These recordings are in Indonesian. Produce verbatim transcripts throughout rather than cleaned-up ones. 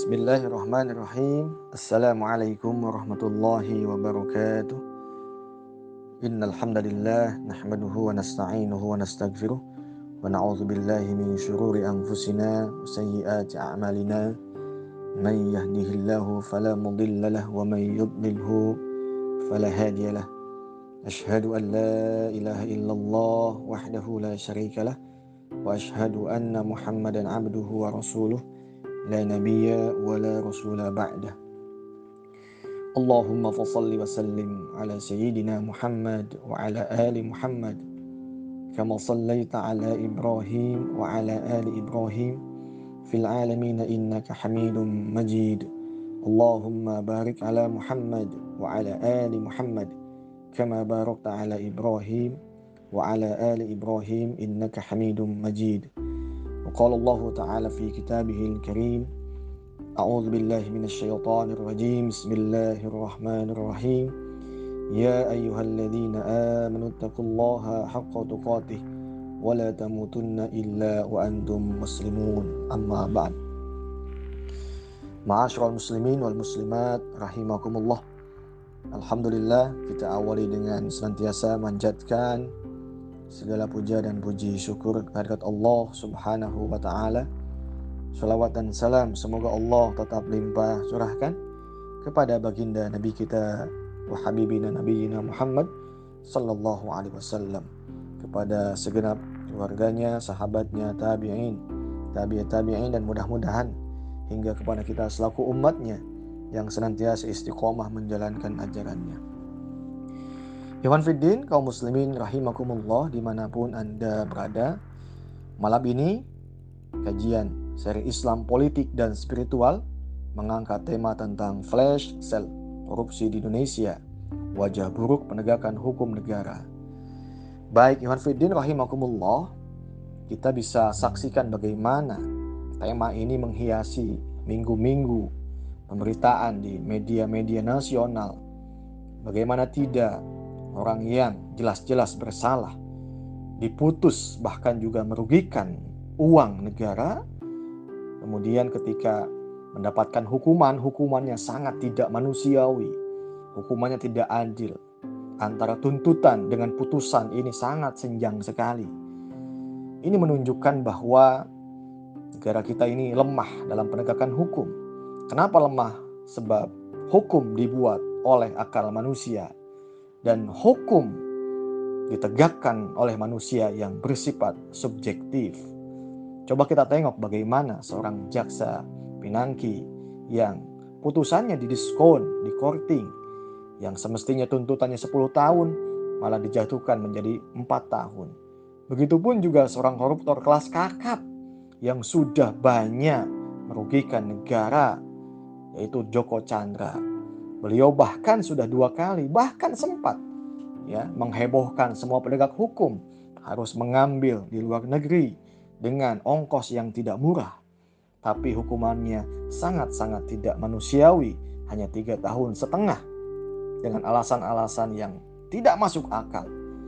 Bismillahirrahmanirrahim. Assalamualaikum warahmatullahi wabarakatuh. Innal hamdalillah nahmaduhu wa nasta'inuhu wa nastaghfiruh wa na'udzu billahi min shururi anfusina wa sayyiati a'malina. Man yahdihillahu fala mudilla lahu wa man yudlilhu fala hadiya lahu. Asyhadu an la ilaha illallah wahdahu la syarika lah wa asyhadu anna Muhammadan abduhu wa rasuluh. La nabiyya wa la rasula ba'dah. Allahumma fasalli wa sallim ala sayyidina Muhammad wa ala ali Muhammad kama sallaita ala Ibrahim wa ala ali Ibrahim fil alamin innaka Hamidum Majid. Allahumma barik ala Muhammad wa ala ali Muhammad kama barakta ala Ibrahim wa ala ali Ibrahim innaka Hamidum Majid. وقال الله تعالى في كتابه الكريم أعوذ بالله من الشيطان الرجيم بسم الله الرحمن الرحيم يا أيها الذين آمنوا اتقوا الله حق تقاته ولا تموتن إلا وأنتم مسلمون أما بعد. Ma'asyiral muslimin wal muslimat rahimakumullah. Alhamdulillah, kita awali dengan senantiasa manjatkan segala puja dan puji syukur kehadirat Allah subhanahu wa ta'ala. Salawat dan salam semoga Allah tetap limpah curahkan kepada baginda Nabi kita wa habibina nabiyina Muhammad sallallahu alaihi wasallam, kepada segenap keluarganya, sahabatnya, tabi'in, tabi'at tabi'in, dan mudah-mudahan hingga kepada kita selaku umatnya yang senantiasa istiqomah menjalankan ajarannya. Ikhwan Fiddin, kaum muslimin rahimakumullah dimanapun Anda berada. Malam ini kajian seri Islam Politik dan Spiritual mengangkat tema tentang flash sale korupsi di Indonesia, wajah buruk penegakan hukum negara. Baik Ikhwan Fiddin rahimakumullah, kita bisa saksikan bagaimana tema ini menghiasi minggu-minggu pemberitaan di media-media nasional. Bagaimana tidak, orang yang jelas-jelas bersalah diputus bahkan juga merugikan uang negara, kemudian ketika mendapatkan hukuman, hukumannya sangat tidak manusiawi, hukumannya tidak adil. Antara tuntutan dengan putusan ini sangat senjang sekali. Ini menunjukkan bahwa negara kita ini lemah dalam penegakan hukum. Kenapa lemah? Sebab hukum dibuat oleh akal manusia dan hukum ditegakkan oleh manusia yang bersifat subjektif. Coba kita tengok bagaimana seorang jaksa Pinangki yang putusannya didiskon, dikorting, yang semestinya tuntutannya sepuluh tahun malah dijatuhkan menjadi empat tahun. Begitupun juga seorang koruptor kelas kakap yang sudah banyak merugikan negara, yaitu Joko Chandra. Beliau bahkan sudah dua kali, bahkan sempat ya menghebohkan semua penegak hukum harus mengambil di luar negeri dengan ongkos yang tidak murah. Tapi hukumannya sangat-sangat tidak manusiawi, hanya tiga tahun setengah dengan alasan-alasan yang tidak masuk akal.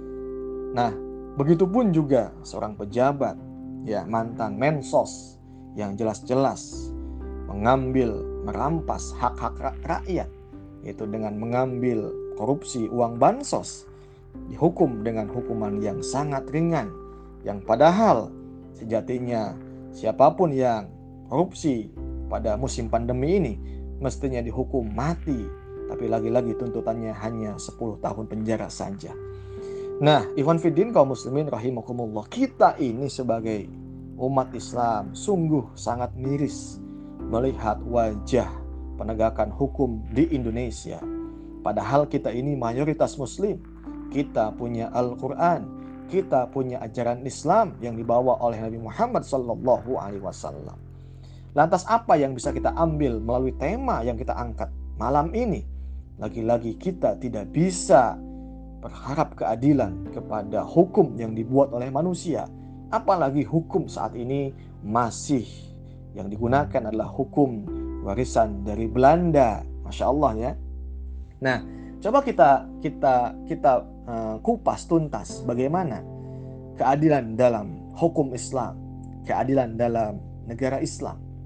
Nah, begitupun juga seorang pejabat ya mantan Mensos yang jelas-jelas mengambil, merampas hak-hak rakyat, yaitu dengan mengambil korupsi uang bansos, dihukum dengan hukuman yang sangat ringan, yang padahal sejatinya siapapun yang korupsi pada musim pandemi ini mestinya dihukum mati, tapi lagi-lagi tuntutannya hanya sepuluh tahun penjara saja. Nah, Ikhwan Fiddin kaum muslimin rahimakumullah, kita ini sebagai umat Islam sungguh sangat miris melihat wajah penegakan hukum di Indonesia. Padahal kita ini mayoritas muslim, kita punya Al-Quran, kita punya ajaran Islam yang dibawa oleh Nabi Muhammad sallallahu alaihi wasallam. Lantas apa yang bisa kita ambil melalui tema yang kita angkat malam ini? Lagi-lagi kita tidak bisa berharap keadilan kepada hukum yang dibuat oleh manusia. Apalagi hukum saat ini masih yang digunakan adalah hukum warisan dari Belanda, masya Allah ya. Nah, coba kita kita kita uh, kupas tuntas bagaimana keadilan dalam hukum Islam, keadilan dalam negara Islam.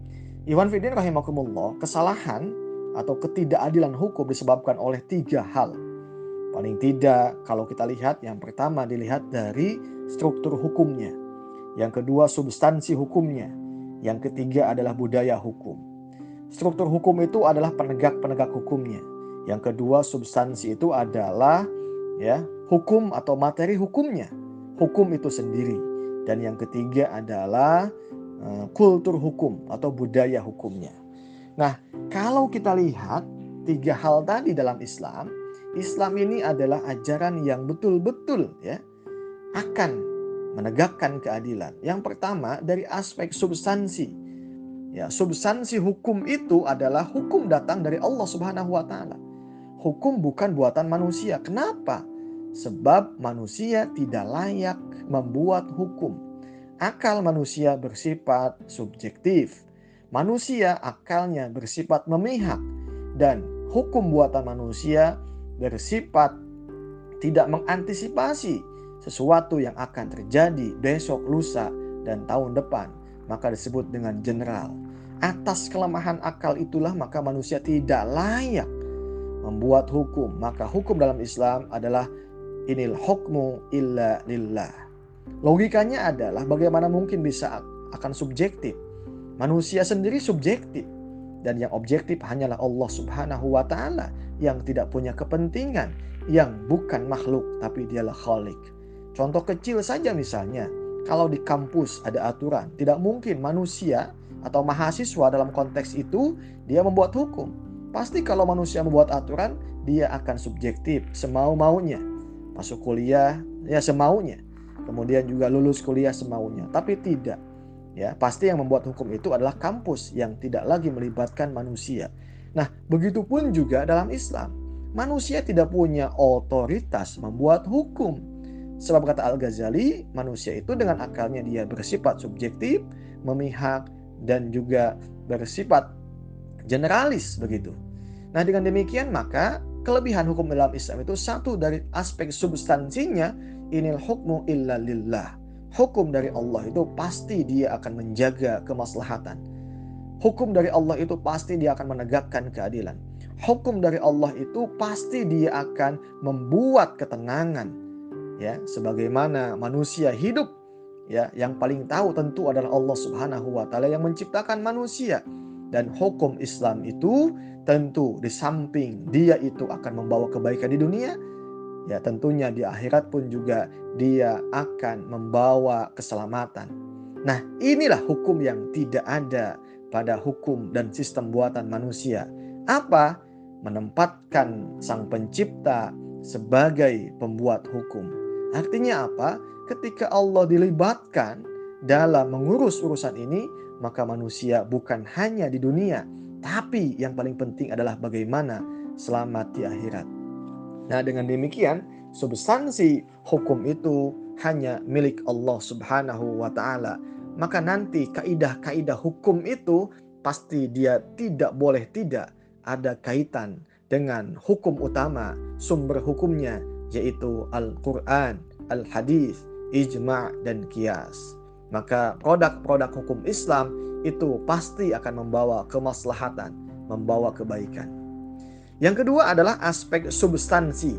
Ikhwan fillah rahimakumullah, kesalahan atau ketidakadilan hukum disebabkan oleh tiga hal. Paling tidak kalau kita lihat, yang pertama dilihat dari struktur hukumnya. Yang kedua substansi hukumnya. Yang ketiga adalah budaya hukum. Struktur hukum itu adalah penegak-penegak hukumnya. Yang kedua substansi itu adalah ya hukum atau materi hukumnya. Hukum itu sendiri. Dan yang ketiga adalah uh, kultur hukum atau budaya hukumnya. Nah, kalau kita lihat tiga hal tadi dalam Islam, Islam ini adalah ajaran yang betul-betul ya akan menegakkan keadilan. Yang pertama dari aspek substansi. Ya, substansi hukum itu adalah hukum datang dari Allah Subhanahu wa taala. Hukum bukan buatan manusia. Kenapa? Sebab manusia tidak layak membuat hukum. Akal manusia bersifat subjektif. Manusia akalnya bersifat memihak, dan hukum buatan manusia bersifat tidak mengantisipasi sesuatu yang akan terjadi besok, lusa, dan tahun depan. Maka disebut dengan general. Atas kelemahan akal itulah maka manusia tidak layak membuat hukum. Maka hukum dalam Islam adalah inil hukmu illa lillah. Logikanya adalah bagaimana mungkin bisa akan subjektif. Manusia sendiri subjektif. Dan yang objektif hanyalah Allah Subhanahu wa ta'ala yang tidak punya kepentingan, yang bukan makhluk tapi dialah khalik. Contoh kecil saja misalnya, kalau di kampus ada aturan, tidak mungkin manusia atau mahasiswa dalam konteks itu dia membuat hukum. Pasti kalau manusia membuat aturan, dia akan subjektif, semau-maunya. Masuk kuliah ya semaunya. Kemudian juga lulus kuliah semaunya. Tapi tidak. Ya, pasti yang membuat hukum itu adalah kampus yang tidak lagi melibatkan manusia. Nah, begitupun juga dalam Islam. Manusia tidak punya otoritas membuat hukum. Sebab kata Al-Ghazali, manusia itu dengan akalnya dia bersifat subjektif, memihak, dan juga bersifat generalis begitu. Nah, dengan demikian maka kelebihan hukum dalam Islam itu satu dari aspek substansinya, inil hukmu illa lillah. Hukum dari Allah itu pasti dia akan menjaga kemaslahatan. Hukum dari Allah itu pasti dia akan menegakkan keadilan. Hukum dari Allah itu pasti dia akan membuat ketenangan. Ya, sebagaimana manusia hidup, ya, yang paling tahu tentu adalah Allah Subhanahu wa taala yang menciptakan manusia. Dan hukum Islam itu tentu di samping dia itu akan membawa kebaikan di dunia, ya tentunya di akhirat pun juga dia akan membawa keselamatan. Nah, inilah hukum yang tidak ada pada hukum dan sistem buatan manusia. Apa? Menempatkan sang pencipta sebagai pembuat hukum. Artinya apa? Ketika Allah dilibatkan dalam mengurus urusan ini, maka manusia bukan hanya di dunia, tapi yang paling penting adalah bagaimana selamat di akhirat. Nah, dengan demikian substansi hukum itu hanya milik Allah Subhanahu wa taala. Maka nanti kaidah-kaidah hukum itu pasti dia tidak boleh tidak ada kaitan dengan hukum utama, sumber hukumnya, yaitu Al-Quran, Al-Hadis, Ijma' dan Qiyas. Maka produk-produk hukum Islam itu pasti akan membawa kemaslahatan, membawa kebaikan. Yang kedua adalah aspek substansi.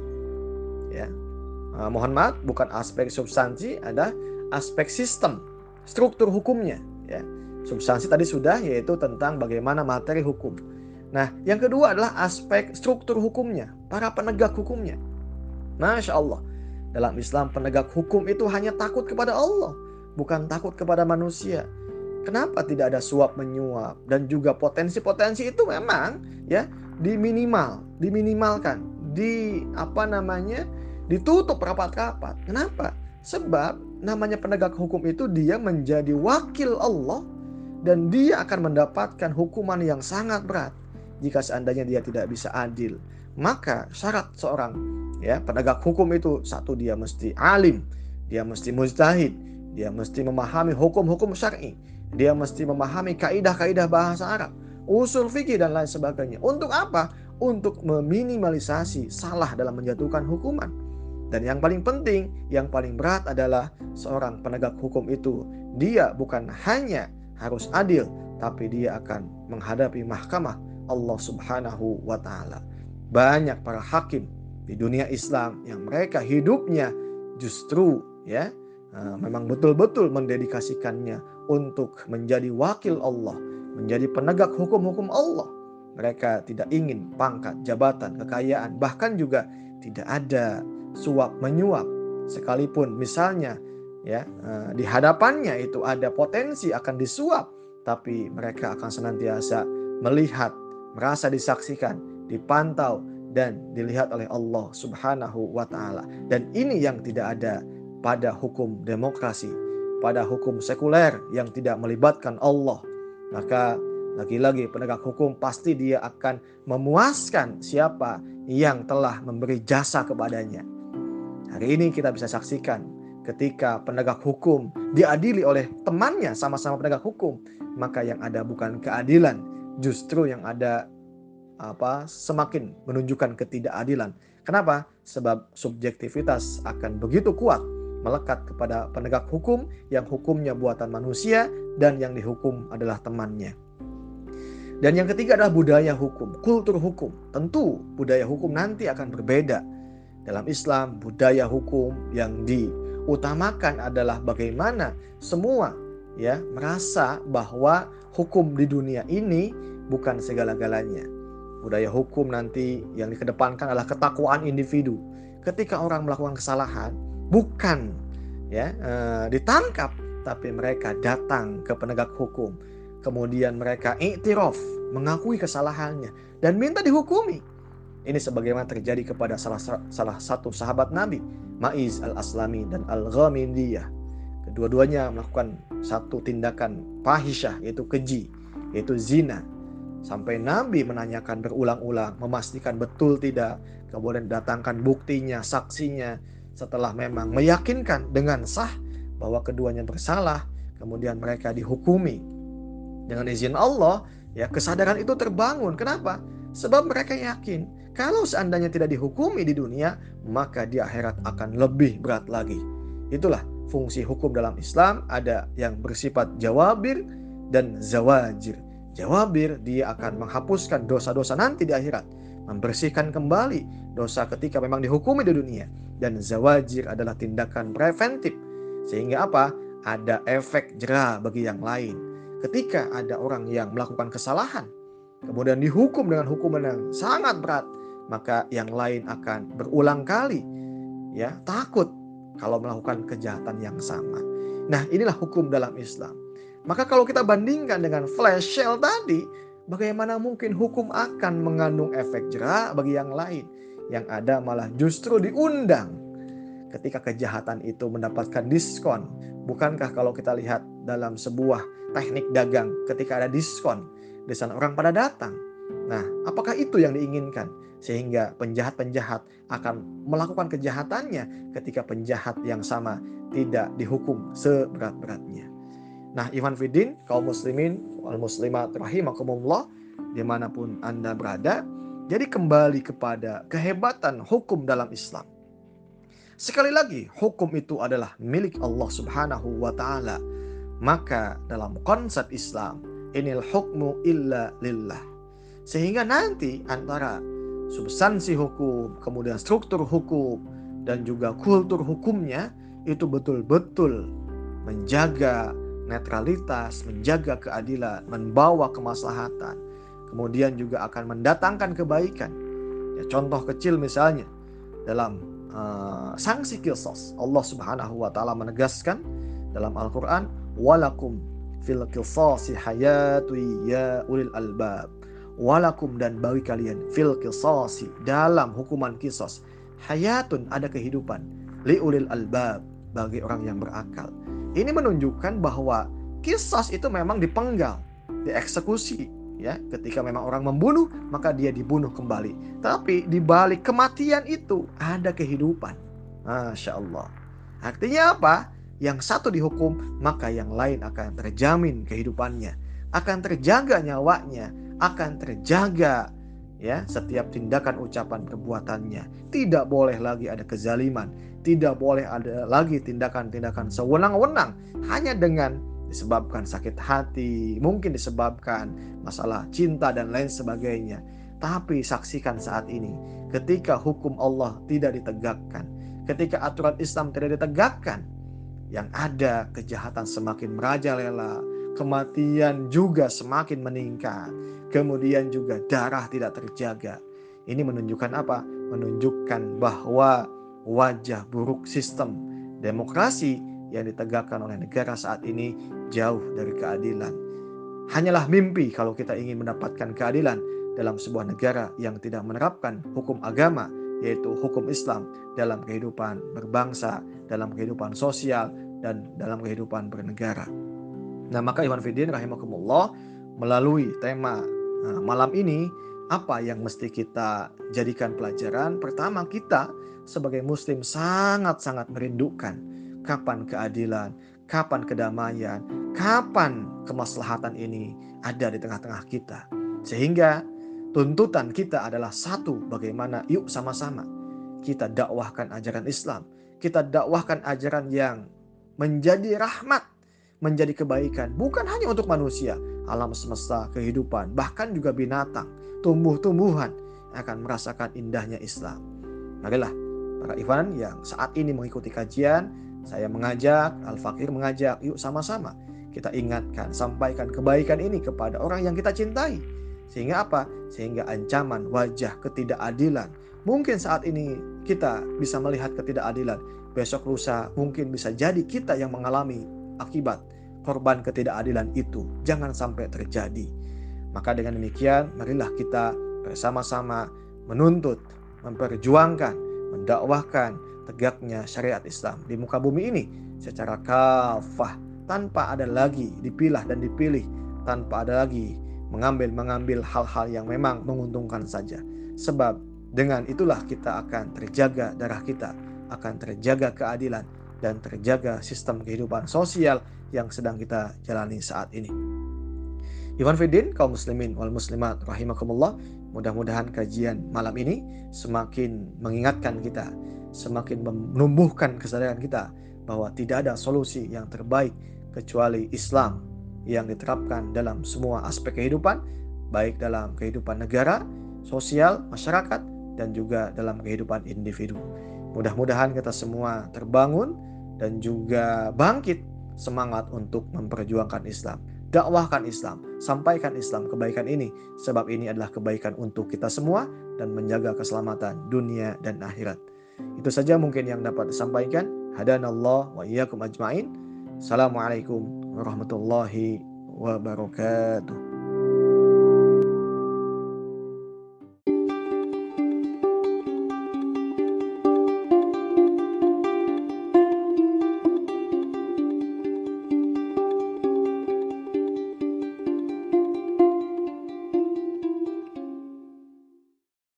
Ya, uh, mohon maaf, bukan aspek substansi, ada aspek sistem, struktur hukumnya. Ya, substansi tadi sudah, yaitu tentang bagaimana materi hukum. Nah, yang kedua adalah aspek struktur hukumnya, para penegak hukumnya. Masya Allah, dalam Islam penegak hukum itu hanya takut kepada Allah, bukan takut kepada manusia. Kenapa tidak ada suap menyuap dan juga potensi-potensi itu memang ya diminimal, diminimalkan, di apa namanya ditutup rapat-rapat. Kenapa? Sebab namanya penegak hukum itu dia menjadi wakil Allah dan dia akan mendapatkan hukuman yang sangat berat jika seandainya dia tidak bisa adil. Maka syarat seorang ya penegak hukum itu satu, dia mesti alim, dia mesti mujtahid, dia mesti memahami hukum-hukum syar'i, dia mesti memahami kaidah-kaidah bahasa Arab, usul fikih dan lain sebagainya. Untuk apa? Untuk meminimalisasi salah dalam menjatuhkan hukuman. Dan yang paling penting, yang paling berat adalah seorang penegak hukum itu dia bukan hanya harus adil, tapi dia akan menghadapi mahkamah Allah Subhanahu wa taala. Banyak para hakim di dunia Islam yang mereka hidupnya justru ya memang betul-betul mendedikasikannya untuk menjadi wakil Allah, menjadi penegak hukum-hukum Allah. Mereka tidak ingin pangkat, jabatan, kekayaan, bahkan juga tidak ada suap menyuap. Sekalipun misalnya ya di hadapannya itu ada potensi akan disuap, tapi mereka akan senantiasa melihat, merasa disaksikan, dipantau dan dilihat oleh Allah Subhanahu wa taala. Dan ini yang tidak ada pada hukum demokrasi, pada hukum sekuler yang tidak melibatkan Allah. Maka lagi-lagi penegak hukum pasti dia akan memuaskan siapa yang telah memberi jasa kepadanya. Hari ini kita bisa saksikan ketika penegak hukum diadili oleh temannya sama-sama penegak hukum, maka yang ada bukan keadilan, justru yang ada apa semakin menunjukkan ketidakadilan. Kenapa? Sebab subjektivitas akan begitu kuat melekat kepada penegak hukum yang hukumnya buatan manusia dan yang dihukum adalah temannya. Dan yang ketiga adalah budaya hukum, kultur hukum. Tentu budaya hukum nanti akan berbeda. Dalam Islam, budaya hukum yang diutamakan adalah bagaimana semua ya merasa bahwa hukum di dunia ini bukan segala-galanya. Budaya hukum nanti yang dikedepankan adalah ketakwaan individu. Ketika orang melakukan kesalahan, bukan ya e, ditangkap, tapi mereka datang ke penegak hukum. Kemudian mereka iktiraf, mengakui kesalahannya dan minta dihukumi. Ini sebagaimana terjadi kepada salah salah satu sahabat Nabi, Ma'iz al-Aslami dan al-Ghamidiyah. Kedua-duanya melakukan satu tindakan fahisyah, yaitu keji, yaitu zina. Sampai Nabi menanyakan berulang-ulang, memastikan betul tidak, kemudian datangkan buktinya, saksinya. Setelah memang meyakinkan dengan sah bahwa keduanya bersalah, kemudian mereka dihukumi. Dengan izin Allah, ya kesadaran itu terbangun. Kenapa? Sebab mereka yakin kalau seandainya tidak dihukumi di dunia, maka di akhirat akan lebih berat lagi. Itulah fungsi hukum dalam Islam, ada yang bersifat jawabir dan zawajir. Jawabir, dia akan menghapuskan dosa-dosa nanti di akhirat, membersihkan kembali dosa ketika memang dihukumi di dunia. Dan zawajir adalah tindakan preventif, sehingga apa? Ada efek jera bagi yang lain. Ketika ada orang yang melakukan kesalahan, kemudian dihukum dengan hukuman yang sangat berat, maka yang lain akan berulang kali ya takut kalau melakukan kejahatan yang sama. Nah, inilah hukum dalam Islam. Maka kalau kita bandingkan dengan flash sale tadi, bagaimana mungkin hukum akan mengandung efek jera bagi yang lain? Yang ada malah justru diundang ketika kejahatan itu mendapatkan diskon. Bukankah kalau kita lihat dalam sebuah teknik dagang, ketika ada diskon, di sana orang pada datang. Nah, apakah itu yang diinginkan? Sehingga penjahat-penjahat akan melakukan kejahatannya ketika penjahat yang sama tidak dihukum seberat-beratnya. Nah, Ikhwan Fiddin, kaum muslimin wal muslimat rahimakumullah, dimanapun Anda berada, jadi kembali kepada kehebatan hukum dalam Islam. Sekali lagi, hukum itu adalah milik Allah Subhanahu wa taala. Maka dalam konsep Islam, inil hukmu illa lillah. Sehingga nanti antara substansi hukum, kemudian struktur hukum, dan juga kultur hukumnya itu betul-betul menjaga netralitas, menjaga keadilan, membawa kemaslahatan. Kemudian juga akan mendatangkan kebaikan. Ya, contoh kecil misalnya dalam uh, sanksi qisas, Allah Subhanahu wa taala menegaskan dalam Al-Qur'an, walakum fil qisasi hayatu ya ulil albab. Walakum, dan bagi kalian, fil qisasi, dalam hukuman qisas, hayatun, ada kehidupan, li ulil albab, bagi orang yang berakal. Ini menunjukkan bahwa qisas itu memang dipenggal, dieksekusi, ya, ketika memang orang membunuh, maka dia dibunuh kembali. Tapi di balik kematian itu ada kehidupan. Masya Allah. Artinya apa? Yang satu dihukum, maka yang lain akan terjamin kehidupannya, akan terjaga nyawanya, akan terjaga ya setiap tindakan, ucapan, perbuatannya. Tidak boleh lagi ada kezaliman, tidak boleh ada lagi tindakan-tindakan sewenang-wenang hanya dengan disebabkan sakit hati, mungkin disebabkan masalah cinta dan lain sebagainya. Tapi saksikan saat ini, ketika hukum Allah tidak ditegakkan, ketika aturan Islam tidak ditegakkan, yang ada kejahatan semakin merajalela, kematian juga semakin meningkat, kemudian juga darah tidak terjaga. Ini menunjukkan apa? Menunjukkan bahwa wajah buruk sistem demokrasi yang ditegakkan oleh negara saat ini jauh dari keadilan. Hanyalah mimpi kalau kita ingin mendapatkan keadilan dalam sebuah negara yang tidak menerapkan hukum agama, yaitu hukum Islam dalam kehidupan berbangsa, dalam kehidupan sosial, dan dalam kehidupan bernegara. Nah, maka Ikhwan Fiddin rahimakumullah, melalui tema nah, malam ini, apa yang mesti kita jadikan pelajaran? Pertama, kita sebagai muslim sangat-sangat merindukan kapan keadilan, kapan kedamaian, kapan kemaslahatan ini ada di tengah-tengah kita. Sehingga tuntutan kita adalah satu, bagaimana yuk sama-sama kita dakwahkan ajaran Islam. Kita dakwahkan ajaran yang menjadi rahmat, menjadi kebaikan, bukan hanya untuk manusia, alam semesta, kehidupan, bahkan juga binatang, tumbuh-tumbuhan akan merasakan indahnya Islam. Marilah para ikhwan yang saat ini mengikuti kajian, saya mengajak, Al-Fakir mengajak, yuk sama-sama kita ingatkan, sampaikan kebaikan ini kepada orang yang kita cintai. Sehingga apa? Sehingga ancaman wajah ketidakadilan, mungkin saat ini kita bisa melihat ketidakadilan, besok lusa mungkin bisa jadi kita yang mengalami akibat korban ketidakadilan itu. Jangan sampai terjadi. Maka dengan demikian, marilah kita bersama-sama menuntut, memperjuangkan, mendakwahkan tegaknya syariat Islam di muka bumi ini secara kafah, tanpa ada lagi dipilah dan dipilih, tanpa ada lagi mengambil-mengambil hal-hal yang memang menguntungkan saja. Sebab dengan itulah kita akan terjaga darah kita, akan terjaga keadilan, dan terjaga sistem kehidupan sosial yang sedang kita jalani saat ini. Ikhwan Fiddin, kaum muslimin wal muslimat rahimakumullah, mudah-mudahan kajian malam ini semakin mengingatkan kita, semakin menumbuhkan kesadaran kita bahwa tidak ada solusi yang terbaik kecuali Islam yang diterapkan dalam semua aspek kehidupan, baik dalam kehidupan negara, sosial, masyarakat, dan juga dalam kehidupan individu. Mudah-mudahan kita semua terbangun dan juga bangkit semangat untuk memperjuangkan Islam. Dakwahkan Islam, sampaikan Islam, kebaikan ini, sebab ini adalah kebaikan untuk kita semua dan menjaga keselamatan dunia dan akhirat. Itu saja mungkin yang dapat disampaikan. Hadanallah wa iyyakum ajma'in. Assalamualaikum warahmatullahi wabarakatuh.